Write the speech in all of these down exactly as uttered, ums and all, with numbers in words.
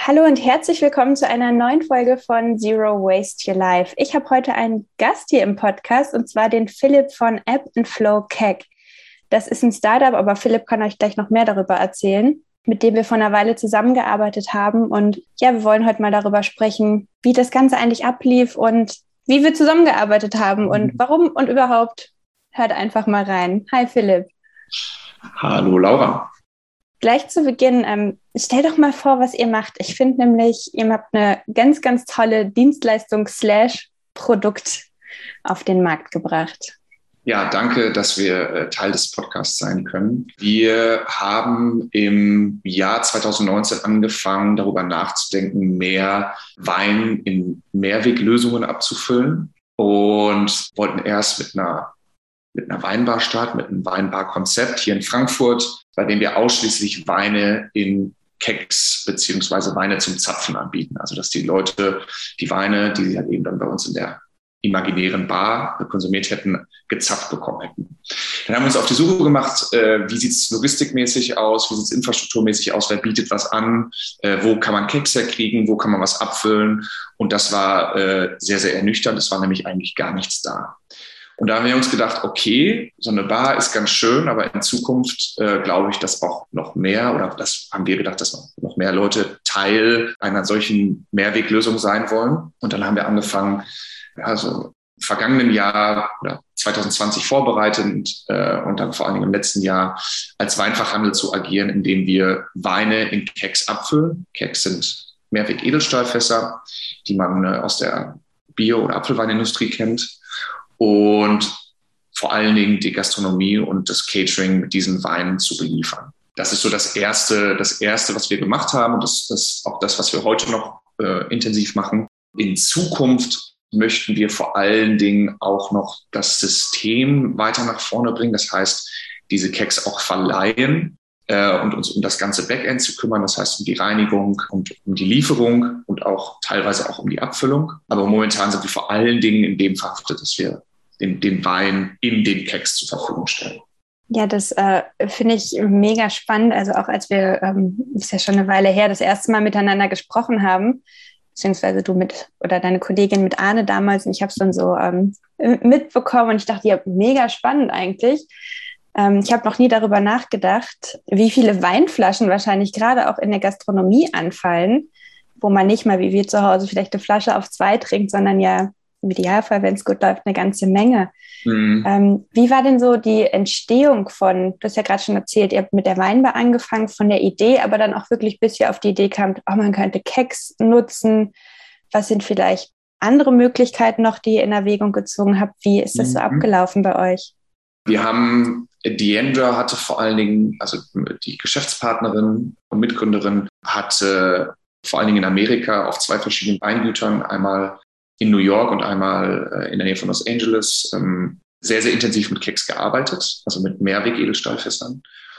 Hallo und herzlich willkommen zu einer neuen Folge von Zero Waste Your Life. Ich habe heute einen Gast hier im Podcast und zwar den Philipp von Ebb and Flow Keg. Das ist ein Startup, aber Philipp kann euch gleich noch mehr darüber erzählen, mit dem wir vor einer Weile zusammengearbeitet haben. Und ja, wir wollen heute mal darüber sprechen, wie das Ganze eigentlich ablief und wie wir zusammengearbeitet haben und warum und überhaupt. Hört einfach mal rein. Hi Philipp. Hallo Laura. Gleich zu Beginn, ähm, stell doch mal vor, was ihr macht. Ich finde nämlich, ihr habt eine ganz, ganz tolle Dienstleistung slash Produkt auf den Markt gebracht. Ja, danke, dass wir äh, Teil des Podcasts sein können. Wir haben im Jahr zwanzig neunzehn angefangen, darüber nachzudenken, mehr Wein in Mehrweglösungen abzufüllen und wollten erst mit einer mit einer Weinbar starten, mit einem Weinbar-Konzept hier in Frankfurt, bei dem wir ausschließlich Weine in Kegs beziehungsweise Weine zum Zapfen anbieten. Also dass die Leute die Weine, die sie halt eben dann bei uns in der imaginären Bar konsumiert hätten, gezapft bekommen hätten. Dann haben wir uns auf die Suche gemacht, äh, wie sieht es logistikmäßig aus, wie sieht es infrastrukturmäßig aus, wer bietet was an, äh, wo kann man Kegs herkriegen, wo kann man was abfüllen. Und das war äh, sehr, sehr ernüchternd. Es war nämlich eigentlich gar nichts da. Und da haben wir uns gedacht, okay, so eine Bar ist ganz schön, aber in Zukunft äh, glaube ich, dass auch noch mehr, oder das haben wir gedacht, dass noch, noch mehr Leute Teil einer solchen Mehrweglösung sein wollen. Und dann haben wir angefangen, also im vergangenen Jahr oder zwanzig zwanzig vorbereitend äh, und dann vor allen Dingen im letzten Jahr als Weinfachhandel zu agieren, indem wir Weine in Kegs abfüllen. Kegs sind Mehrweg-Edelstahlfässer, die man äh, aus der Bio- oder Apfelweinindustrie kennt. Und vor allen Dingen die Gastronomie und das Catering mit diesen Weinen zu beliefern. Das ist so das Erste, das Erste, was wir gemacht haben und das ist auch das, was wir heute noch äh, intensiv machen. In Zukunft möchten wir vor allen Dingen auch noch das System weiter nach vorne bringen. Das heißt, diese Kegs auch verleihen äh, und uns um das ganze Backend zu kümmern. Das heißt, um die Reinigung und um die Lieferung und auch teilweise auch um die Abfüllung. Aber momentan sind wir vor allen Dingen in dem verhaftet, dass wir den, den Wein in den Kegs zur Verfügung stellen. Ja, das äh, finde ich mega spannend. Also auch als wir, ähm, ist ja schon eine Weile her, das erste Mal miteinander gesprochen haben, beziehungsweise du mit oder deine Kollegin mit Arne damals, und ich habe es dann so ähm, mitbekommen und ich dachte, ja, mega spannend eigentlich. Ähm, ich habe noch nie darüber nachgedacht, wie viele Weinflaschen wahrscheinlich gerade auch in der Gastronomie anfallen, wo man nicht mal wie wir zu Hause vielleicht eine Flasche auf zwei trinkt, sondern ja im Idealfall, wenn es gut läuft, eine ganze Menge. Mhm. Ähm, wie war denn so die Entstehung von, du hast ja gerade schon erzählt, ihr habt mit der Weinbar angefangen, von der Idee, aber dann auch wirklich, bis ihr auf die Idee kamt, oh, man könnte Kegs nutzen. Was sind vielleicht andere Möglichkeiten noch, die ihr in Erwägung gezogen habt? Wie ist das so Mhm. abgelaufen bei euch? Wir haben, Deandra hatte vor allen Dingen, also die Geschäftspartnerin und Mitgründerin, hatte vor allen Dingen in Amerika auf zwei verschiedenen Weingütern, einmal in New York und einmal in der Nähe von Los Angeles, sehr, sehr intensiv mit Kegs gearbeitet, also mit Mehrweg-Edelstahlfässern.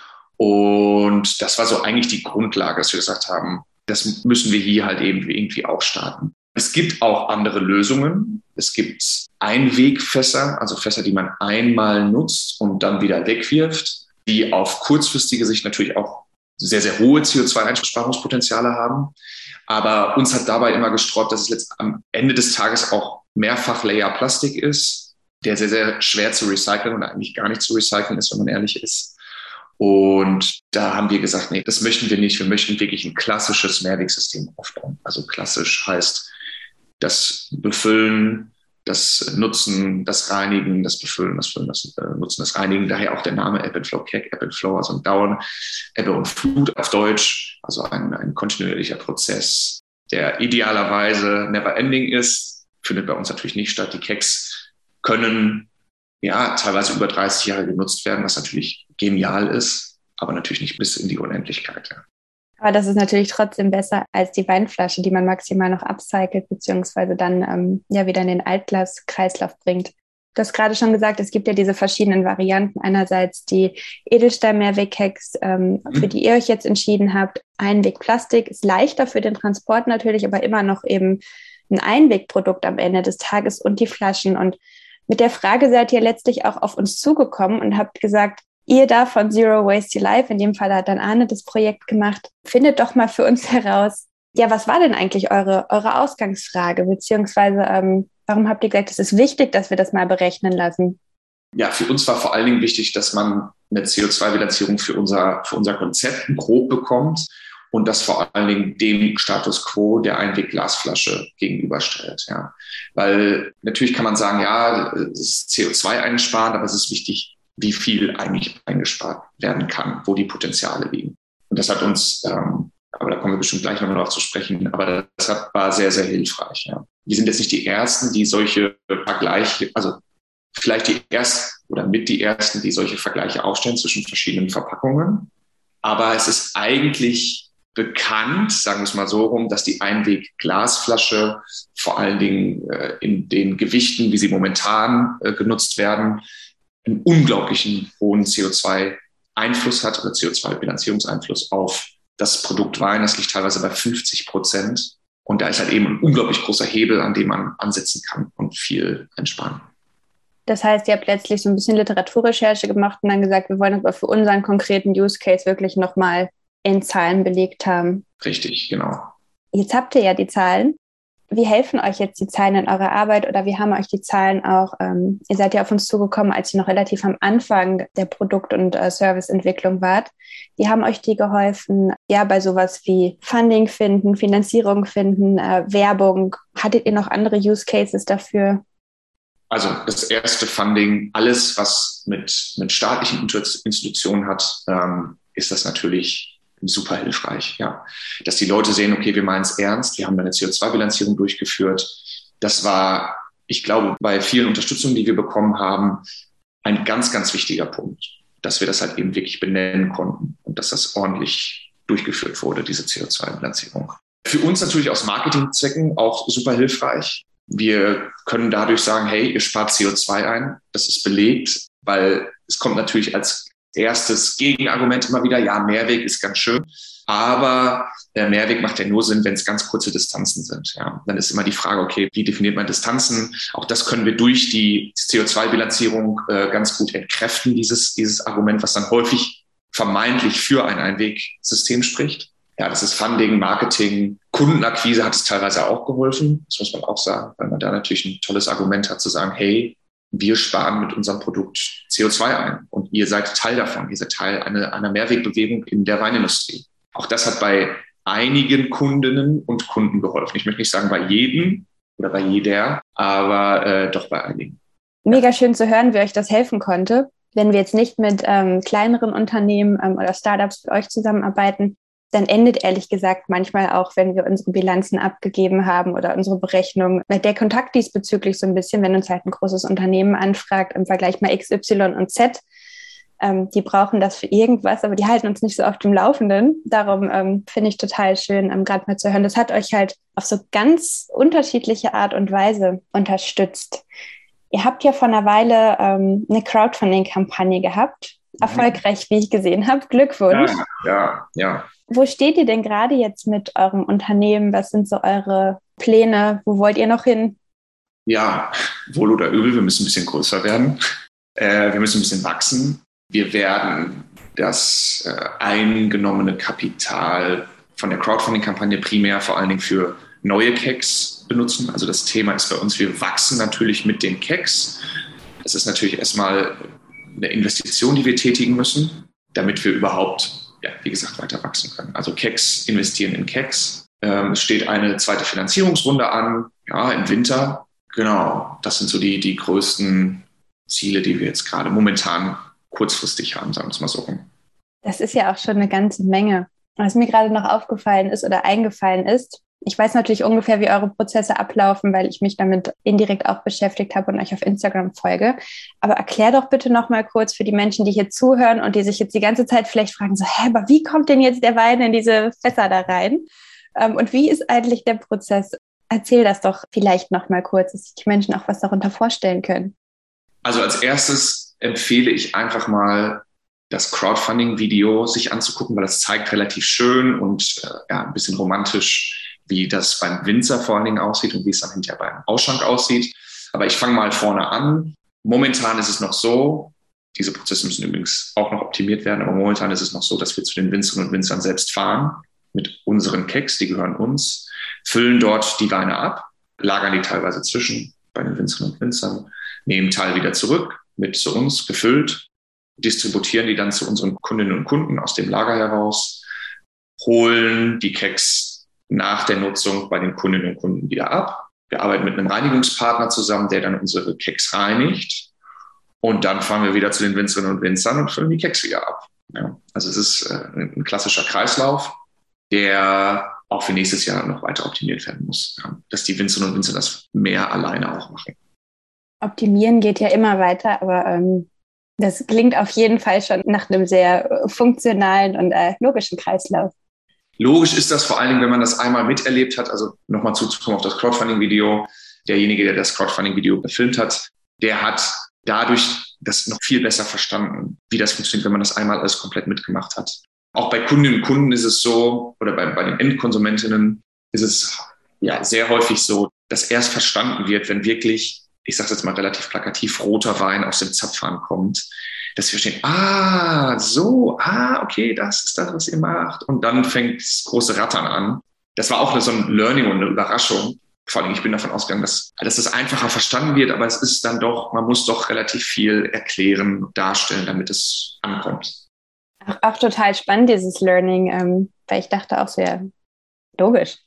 Und das war so eigentlich die Grundlage, dass wir gesagt haben, das müssen wir hier halt eben irgendwie auch starten. Es gibt auch andere Lösungen. Es gibt Einwegfässer, also Fässer, die man einmal nutzt und dann wieder wegwirft, die auf kurzfristige Sicht natürlich auch sehr, sehr hohe C O zwei Einsparungspotenziale haben. Aber uns hat dabei immer gesträubt, dass es letzt am Ende des Tages auch mehrfach Layer Plastik ist, der sehr, sehr schwer zu recyceln oder eigentlich gar nicht zu recyceln ist, wenn man ehrlich ist. Und da haben wir gesagt, nee, das möchten wir nicht. Wir möchten wirklich ein klassisches Mehrwegsystem aufbauen. Also klassisch heißt das Befüllen, das Nutzen, das Reinigen, das Befüllen, das Füllen, das äh, Nutzen, das Reinigen. Daher auch der Name Ebb and Flow Keg, Ebb and Flow, also ein Dauern, Ebbe und Flut auf Deutsch. Also ein, ein kontinuierlicher Prozess, der idealerweise never ending ist. Findet bei uns natürlich nicht statt. Die Kegs können ja teilweise über dreißig Jahre genutzt werden, was natürlich genial ist, aber natürlich nicht bis in die Unendlichkeit. Ja. Aber das ist natürlich trotzdem besser als die Weinflasche, die man maximal noch upcycelt, beziehungsweise dann ähm, ja wieder in den Altglas-Kreislauf bringt. Du hast gerade schon gesagt, es gibt ja diese verschiedenen Varianten. Einerseits die Edelstahl-Mehrweg-Kegs, ähm, mhm. für die ihr euch jetzt entschieden habt. Einwegplastik ist leichter für den Transport natürlich, aber immer noch eben ein Einwegprodukt am Ende des Tages und die Flaschen. Und mit der Frage seid ihr letztlich auch auf uns zugekommen und habt gesagt, ihr da von Zero Waste Your Life, in dem Fall hat dann Arne das Projekt gemacht, findet doch mal für uns heraus, Ja, was war denn eigentlich eure, eure Ausgangsfrage? Beziehungsweise, ähm, warum habt ihr gesagt, es ist wichtig, dass wir das mal berechnen lassen? Ja, für uns war vor allen Dingen wichtig, dass man eine C O zwei Bilanzierung für unser, für unser Konzept grob bekommt und das vor allen Dingen dem Status quo der Einwegglasflasche gegenüberstellt. Ja. Weil natürlich kann man sagen, ja, es ist C O zwei einsparen, aber es ist wichtig, wie viel eigentlich eingespart werden kann, wo die Potenziale liegen. Und das hat uns, ähm, aber da kommen wir bestimmt gleich nochmal drauf zu sprechen, aber das hat, war sehr, sehr hilfreich. Ja. Wir sind jetzt nicht die Ersten, die solche Vergleiche, also vielleicht die ersten oder mit die ersten, die solche Vergleiche aufstellen zwischen verschiedenen Verpackungen. Aber es ist eigentlich bekannt, sagen wir es mal so rum, dass die Einwegglasflasche vor allen Dingen äh, in den Gewichten, wie sie momentan äh, genutzt werden, einen unglaublichen hohen C O zwei Einfluss hat oder C O zwei Bilanzierungseinfluss auf das Produkt Wein. Das liegt teilweise bei fünfzig Prozent. Und da ist halt eben ein unglaublich großer Hebel, an dem man ansetzen kann und viel einsparen. Das heißt, ihr habt letztlich so ein bisschen Literaturrecherche gemacht und dann gesagt, wir wollen aber für unseren konkreten Use Case wirklich nochmal in Zahlen belegt haben. Richtig, genau. Jetzt habt ihr ja die Zahlen. Wie helfen euch jetzt die Zahlen in eurer Arbeit oder wie haben euch die Zahlen auch, ähm, ihr seid ja auf uns zugekommen, als ihr noch relativ am Anfang der Produkt- und äh, Serviceentwicklung wart. Wie haben euch die geholfen, ja, bei sowas wie Funding finden, Finanzierung finden, äh, Werbung? Hattet ihr noch andere Use Cases dafür? Also das erste Funding, alles, was mit, mit staatlichen Institutionen hat, ähm, ist das natürlich super hilfreich. Ja. Dass die Leute sehen, okay, wir meinen es ernst, wir haben eine C O zwei Bilanzierung durchgeführt. Das war, ich glaube, bei vielen Unterstützungen, die wir bekommen haben, ein ganz, ganz wichtiger Punkt, dass wir das halt eben wirklich benennen konnten und dass das ordentlich durchgeführt wurde, diese C O zwei Bilanzierung. Für uns natürlich aus Marketingzwecken auch super hilfreich. Wir können dadurch sagen, hey, ihr spart C O zwei ein. Das ist belegt, weil es kommt natürlich als erstes Gegenargument immer wieder, ja, Mehrweg ist ganz schön, aber der Mehrweg macht ja nur Sinn, wenn es ganz kurze Distanzen sind. Ja. Dann ist immer die Frage, okay, wie definiert man Distanzen? Auch das können wir durch die C O zwei Bilanzierung äh, ganz gut entkräften, dieses, dieses Argument, was dann häufig vermeintlich für ein Einwegsystem spricht. Ja, das ist Funding, Marketing, Kundenakquise hat es teilweise auch geholfen. Das muss man auch sagen, weil man da natürlich ein tolles Argument hat zu sagen, hey, wir sparen mit unserem Produkt C O zwei ein und ihr seid Teil davon. Ihr seid Teil einer, einer Mehrwegbewegung in der Weinindustrie. Auch das hat bei einigen Kundinnen und Kunden geholfen. Ich möchte nicht sagen bei jedem oder bei jeder, aber äh, doch bei einigen. Mega schön zu hören, wie euch das helfen konnte. Wenn wir jetzt nicht mit ähm, kleineren Unternehmen ähm, oder Startups für euch zusammenarbeiten, dann endet ehrlich gesagt manchmal auch, wenn wir unsere Bilanzen abgegeben haben oder unsere Berechnung, der Kontakt diesbezüglich so ein bisschen, wenn uns halt ein großes Unternehmen anfragt, im Vergleich mal X, Y und Z, ähm, die brauchen das für irgendwas, aber die halten uns nicht so auf dem Laufenden. Darum ähm, finde ich total schön, ähm, gerade mal zu hören. Das hat euch halt auf so ganz unterschiedliche Art und Weise unterstützt. Ihr habt ja vor einer Weile ähm, eine Crowdfunding-Kampagne gehabt. Erfolgreich, wie ich gesehen habe. Glückwunsch. Ja, ja, ja. Wo steht ihr denn gerade jetzt mit eurem Unternehmen? Was sind so eure Pläne? Wo wollt ihr noch hin? Ja, wohl oder übel, wir müssen ein bisschen größer werden. Äh, wir müssen ein bisschen wachsen. Wir werden das äh, eingenommene Kapital von der Crowdfunding-Kampagne primär vor allen Dingen für neue Keks benutzen. Also das Thema ist bei uns, wir wachsen natürlich mit den Keks. Es ist natürlich erstmal eine Investition, die wir tätigen müssen, damit wir überhaupt, ja, wie gesagt, weiter wachsen können. Also Keks investieren in Keks. Ähm, es steht eine zweite Finanzierungsrunde an, ja, im Winter. Genau, das sind so die, die größten Ziele, die wir jetzt gerade momentan kurzfristig haben, sagen wir es mal so rum. Das ist ja auch schon eine ganze Menge. Was mir gerade noch aufgefallen ist oder eingefallen ist, ich weiß natürlich ungefähr, wie eure Prozesse ablaufen, weil ich mich damit indirekt auch beschäftigt habe und euch auf Instagram folge. Aber erklär doch bitte noch mal kurz für die Menschen, die hier zuhören und die sich jetzt die ganze Zeit vielleicht fragen, so, hä, aber wie kommt denn jetzt der Wein in diese Fässer da rein? Und wie ist eigentlich der Prozess? Erzähl das doch vielleicht noch mal kurz, dass sich die Menschen auch was darunter vorstellen können. Also als erstes empfehle ich einfach mal, das Crowdfunding-Video sich anzugucken, weil das zeigt relativ schön und äh, ja, ein bisschen romantisch, wie das beim Winzer vor allen Dingen aussieht und wie es dann hinterher beim Ausschank aussieht. Aber ich fange mal vorne an. Momentan ist es noch so, diese Prozesse müssen übrigens auch noch optimiert werden, aber momentan ist es noch so, dass wir zu den Winzerinnen und Winzern selbst fahren mit unseren Keks, die gehören uns, füllen dort die Weine ab, lagern die teilweise zwischen bei den Winzerinnen und Winzern, nehmen Teil wieder zurück, mit zu uns gefüllt, distributieren die dann zu unseren Kundinnen und Kunden aus dem Lager heraus, holen die Keks nach der Nutzung bei den Kundinnen und Kunden wieder ab. Wir arbeiten mit einem Reinigungspartner zusammen, der dann unsere Keks reinigt. Und dann fahren wir wieder zu den Winzerinnen und Winzern und füllen die Keks wieder ab. Ja, also es ist äh, ein klassischer Kreislauf, der auch für nächstes Jahr noch weiter optimiert werden muss. Ja, dass die Winzerinnen und Winzer das mehr alleine auch machen. Optimieren geht ja immer weiter, aber ähm, das klingt auf jeden Fall schon nach einem sehr funktionalen und äh, logischen Kreislauf. Logisch ist das vor allen Dingen, wenn man das einmal miterlebt hat. Also nochmal zuzukommen auf das Crowdfunding-Video. Derjenige, der das Crowdfunding-Video gefilmt hat, der hat dadurch das noch viel besser verstanden, wie das funktioniert, wenn man das einmal alles komplett mitgemacht hat. Auch bei Kundinnen und Kunden ist es so, oder bei, bei den Endkonsumentinnen ist es ja sehr häufig so, dass erst verstanden wird, wenn wirklich, ich sage jetzt mal relativ plakativ, roter Wein aus dem Zapfhahn kommt, dass wir verstehen, ah, so, ah, okay, das ist das, was ihr macht. Und dann fängt das große Rattern an. Das war auch eine, so ein Learning und eine Überraschung. Vor allem, ich bin davon ausgegangen, dass, dass das einfacher verstanden wird, aber es ist dann doch, man muss doch relativ viel erklären, darstellen, damit es ankommt. Auch, auch total spannend, dieses Learning, ähm, weil ich dachte auch sehr logisch.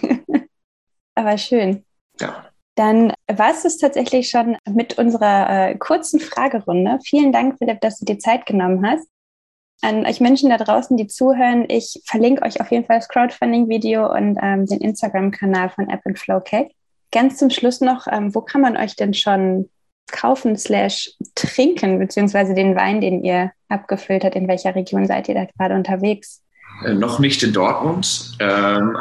Aber schön. Ja. Dann war es das tatsächlich schon mit unserer äh, kurzen Fragerunde. Vielen Dank, Philipp, dass du dir Zeit genommen hast. An euch Menschen da draußen, die zuhören, ich verlinke euch auf jeden Fall das Crowdfunding-Video und ähm, den Instagram-Kanal von App and Flow Cake. Ganz zum Schluss noch, ähm, wo kann man euch denn schon kaufen slash trinken, beziehungsweise den Wein, den ihr abgefüllt habt? In welcher Region seid ihr da gerade unterwegs? Äh, noch nicht in Dortmund, ähm,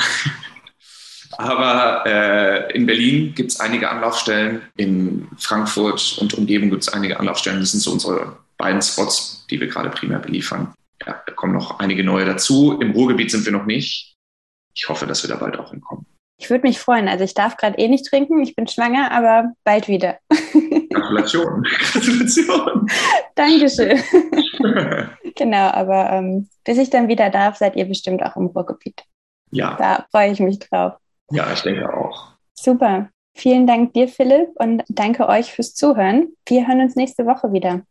aber äh, in Berlin gibt es einige Anlaufstellen, in Frankfurt und Umgebung gibt es einige Anlaufstellen. Das sind so unsere beiden Spots, die wir gerade primär beliefern. Ja, da kommen noch einige neue dazu. Im Ruhrgebiet sind wir noch nicht. Ich hoffe, dass wir da bald auch hinkommen. Ich würde mich freuen. Also ich darf gerade eh nicht trinken. Ich bin schwanger, aber bald wieder. Gratulation. Gratulation. Dankeschön. Genau, aber ähm, bis ich dann wieder darf, seid ihr bestimmt auch im Ruhrgebiet. Ja. Da freue ich mich drauf. Ja, ich denke auch. Super. Vielen Dank dir, Philipp, und danke euch fürs Zuhören. Wir hören uns nächste Woche wieder.